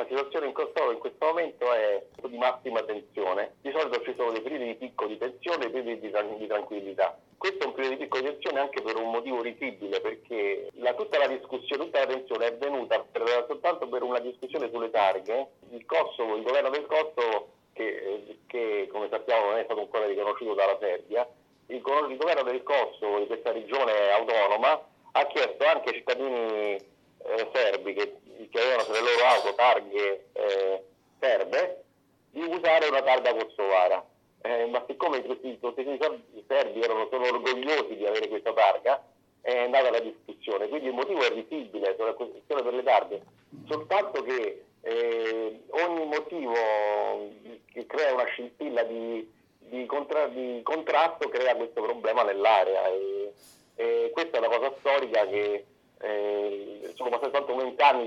situazione in Kosovo in questo momento è di massima tensione. Di solito ci sono dei periodi di picco di tensione e periodi di tranquillità. Questo è un periodo di picco di tensione anche per un motivo risibile, perché tutta la discussione, tutta la tensione è venuta soltanto per una discussione sulle targhe. Il governo del Kosovo, che come sappiamo non è stato ancora riconosciuto dalla Serbia, il governo del Kosovo, di questa regione autonoma, ha chiesto anche ai cittadini serbi che avevano sulle loro auto targhe serbe di usare una targa kosovara. Ma siccome i serbi solo orgogliosi di avere questa targa, è andata la discussione. Quindi il motivo è risibile sulla questione delle targhe, soltanto che ogni motivo che crea una scintilla di contrasto crea questo problema nell'area. E questa è una cosa storica che sono passati soltanto 20 anni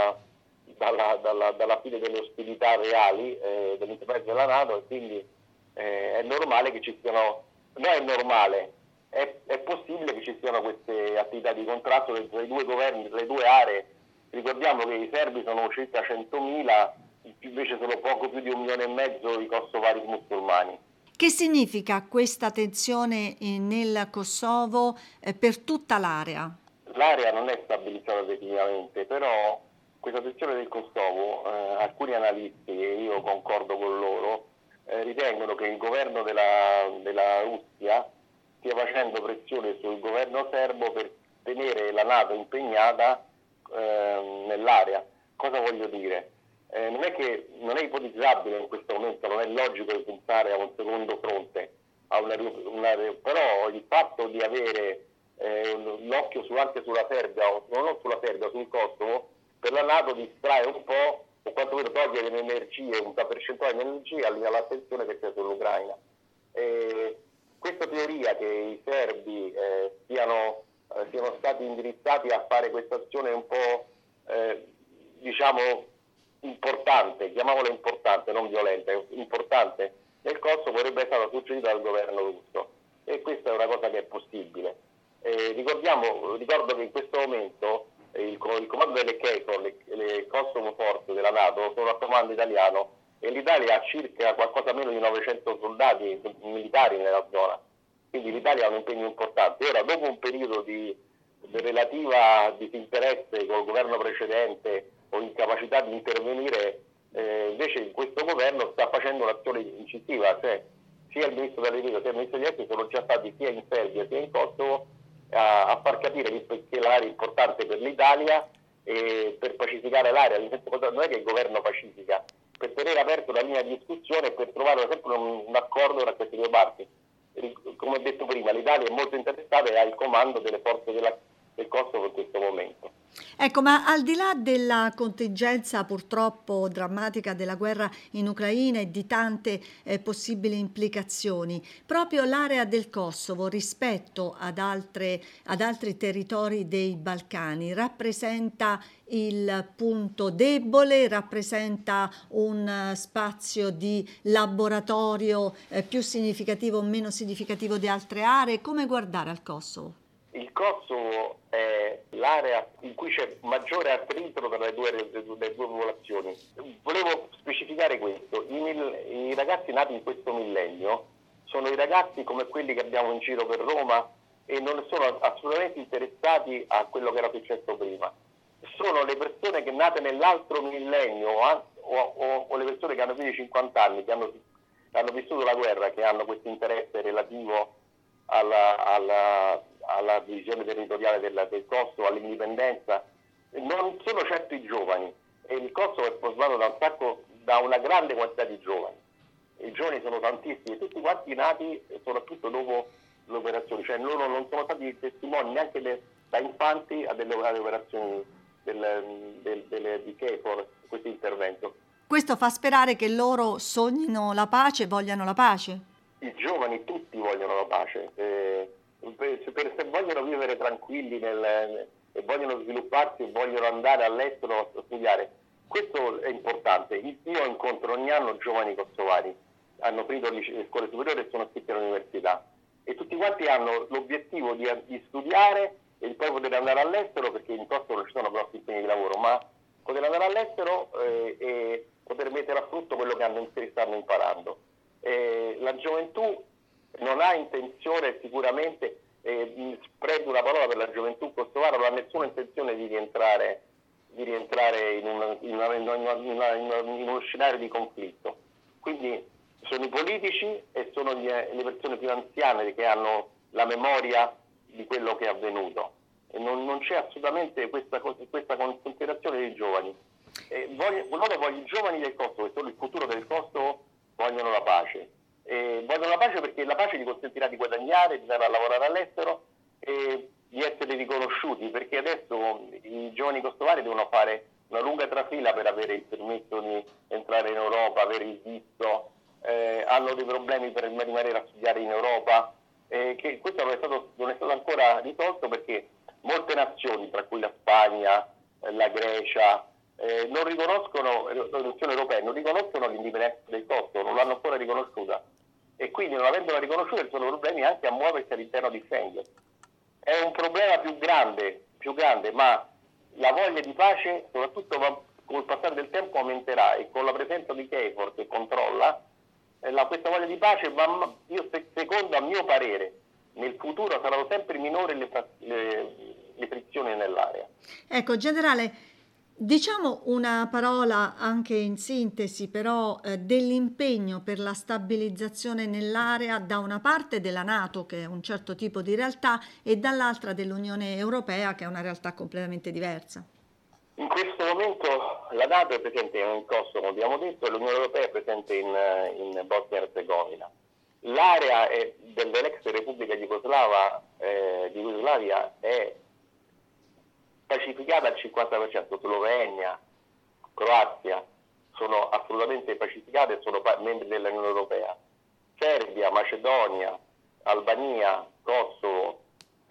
dalla fine delle ostilità reali dell'intervento della NATO, e quindi è normale che ci siano, non è normale, è possibile che ci siano queste attività di contrasto tra i due governi, tra le due aree. Ricordiamo che i serbi sono circa 100.000, invece sono poco più di 1,5 milioni i kosovari musulmani. Che significa questa tensione nel Kosovo per tutta l'area? L'area non è stabilizzata definitivamente, però questa tensione del Kosovo, alcuni analisti, e io concordo con loro, ritengono che il governo della Russia stia facendo pressione sul governo serbo per tenere la NATO impegnata nell'area. Cosa voglio dire? Non è ipotizzabile in questo momento, non è logico pensare a un secondo fronte, però il fatto di avere l'occhio anche sulla Serbia, non sulla Serbia, sul Kosovo, per la NATO distrae un po', o quantomeno toglie le energie, una percentuale di energia all'attenzione che c'è sull'Ucraina. Questa teoria che i serbi siano stati indirizzati a fare questa azione un po' importante, chiamiamola importante, non violenta, importante nel Kosovo, potrebbe essere stata suggerita dal governo russo, e questa è una cosa che è possibile. Ricordo che in questo momento il comando delle KFOR, le Kosovo Force della NATO, sono a comando italiano, e l'Italia ha circa qualcosa meno di 900 soldati militari nella zona, quindi l'Italia ha un impegno importante. Ora, dopo un periodo di relativa disinteresse col governo precedente o incapacità di intervenire, invece questo governo sta facendo un'azione incisiva, cioè sia il ministro delle Difesa sia il ministro degli esteri sono già stati sia in Serbia sia in Kosovo a far capire che l'area è importante per l'Italia e per pacificare l'area. Non è che il governo pacifica, per tenere aperta una linea di discussione e per trovare sempre un accordo tra queste due parti. Come ho detto prima, l'Italia è molto interessata e ha il comando delle forze del Kosovo in questo momento. Ecco, ma al di là della contingenza purtroppo drammatica della guerra in Ucraina e di tante possibili implicazioni, proprio l'area del Kosovo rispetto ad altri territori dei Balcani rappresenta il punto debole, rappresenta un spazio di laboratorio più significativo o meno significativo di altre aree? Come guardare al Kosovo? Il Kosovo è l'area in cui c'è maggiore attrito tra le due popolazioni. Volevo specificare questo: i ragazzi nati in questo millennio sono i ragazzi come quelli che abbiamo in giro per Roma e non sono assolutamente interessati a quello che era successo prima. Sono le persone che nate nell'altro millennio o le persone che hanno più di 50 anni, che hanno vissuto la guerra, che hanno questo interesse relativo alla divisione territoriale del Kosovo, all'indipendenza. Non sono certo i giovani, e il Kosovo è formato da una grande quantità di giovani. I giovani sono tantissimi, tutti quanti nati soprattutto dopo le operazioni, cioè loro non sono stati testimoni neanche da infanti alle operazioni di KFOR, questo intervento. Questo fa sperare che loro sognino la pace, vogliano la pace? I giovani tutti vogliono la pace, se vogliono vivere tranquilli e vogliono svilupparsi e vogliono andare all'estero a studiare. Questo è importante. Io incontro ogni anno giovani kosovari, hanno finito le scuole superiori e sono iscritti all'università, e tutti quanti hanno l'obiettivo di studiare e di poi poter andare all'estero, perché in Kosovo non ci sono grossi impegni di lavoro, ma poter andare all'estero e poter mettere a frutto quello che stanno imparando. La gioventù non ha intenzione sicuramente, prendo una parola per la gioventù kosovara, non ha nessuna intenzione di rientrare in uno scenario di conflitto. Quindi sono i politici e sono le persone più anziane che hanno la memoria di quello che è avvenuto. E non c'è assolutamente questa considerazione dei giovani. I giovani del Kosovo, che sono il futuro del Kosovo, vogliono la pace. Vogliono la pace perché la pace gli consentirà di guadagnare, di andare a lavorare all'estero e di essere riconosciuti, perché adesso i giovani kosovari devono fare una lunga trafila per avere il permesso di entrare in Europa, avere il visto, hanno dei problemi per rimanere a studiare in Europa, che questo non è stato ancora risolto perché molte nazioni, tra cui la Spagna, la Grecia, non riconoscono, le nazioni europee non riconoscono l'indipendenza del Kosovo, non l'hanno ancora riconosciuta, e quindi non avendola riconosciuta ci sono problemi anche a muoversi all'interno di Schengen. È un problema più grande, ma la voglia di pace, soprattutto col passare del tempo, aumenterà, e con la presenza di KFOR che controlla questa voglia di pace, secondo a mio parere, nel futuro saranno sempre minori le frizioni nell'area. Ecco, generale, diciamo una parola anche in sintesi, però, dell'impegno per la stabilizzazione nell'area da una parte della NATO, che è un certo tipo di realtà, e dall'altra dell'Unione Europea, che è una realtà completamente diversa. In questo momento la NATO è presente in Kosovo, come abbiamo detto, e l'Unione Europea è presente in Bosnia e Erzegovina. L'area dell'ex Repubblica di Jugoslavia è pacificata al 50%, Slovenia, Croazia sono assolutamente pacificate e sono membri dell'Unione Europea. Serbia, Macedonia, Albania, Kosovo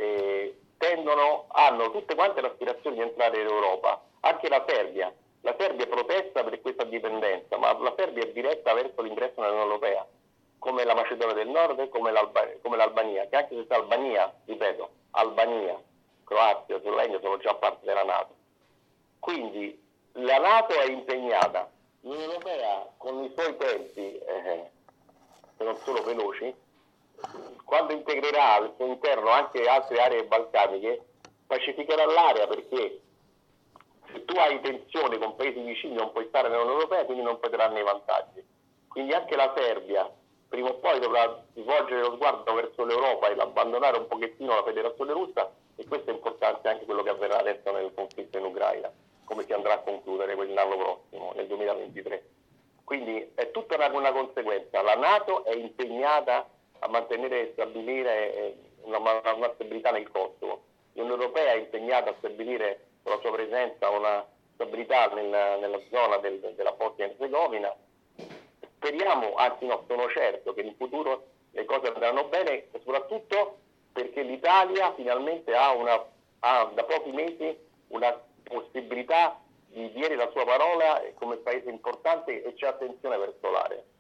hanno tutte quante l'aspirazione di entrare in Europa. Anche la Serbia protesta per questa dipendenza, ma la Serbia è diretta verso l'ingresso nell'Unione Europea, come la Macedonia del Nord e come l'Albania, che anche se Albania, Croazia, Slovenia sono già parte della NATO. Quindi la NATO è impegnata, l'Unione Europea con i suoi tempi, che non sono veloci, quando integrerà al suo interno anche altre aree balcaniche, pacificherà l'area, perché se tu hai tensione con paesi vicini non puoi stare nell'Unione Europea, quindi non puoi trarne i vantaggi. Quindi anche la Serbia prima o poi dovrà rivolgere lo sguardo verso l'Europa e abbandonare un pochettino la Federazione Russa, e questo è importante anche quello che avverrà adesso nel conflitto in Ucraina, come si andrà a concludere l'anno prossimo, nel 2023. Quindi è tutta una conseguenza. La NATO è impegnata a mantenere e stabilire una stabilità nel Kosovo. L'Unione Europea è impegnata a stabilire con la sua presenza una stabilità nella zona della Bosnia e Erzegovina. Speriamo, anzi no, sono certo che in futuro le cose andranno bene, soprattutto perché l'Italia finalmente ha da pochi mesi una possibilità di dire la sua parola come paese importante, e c'è attenzione verso l'area.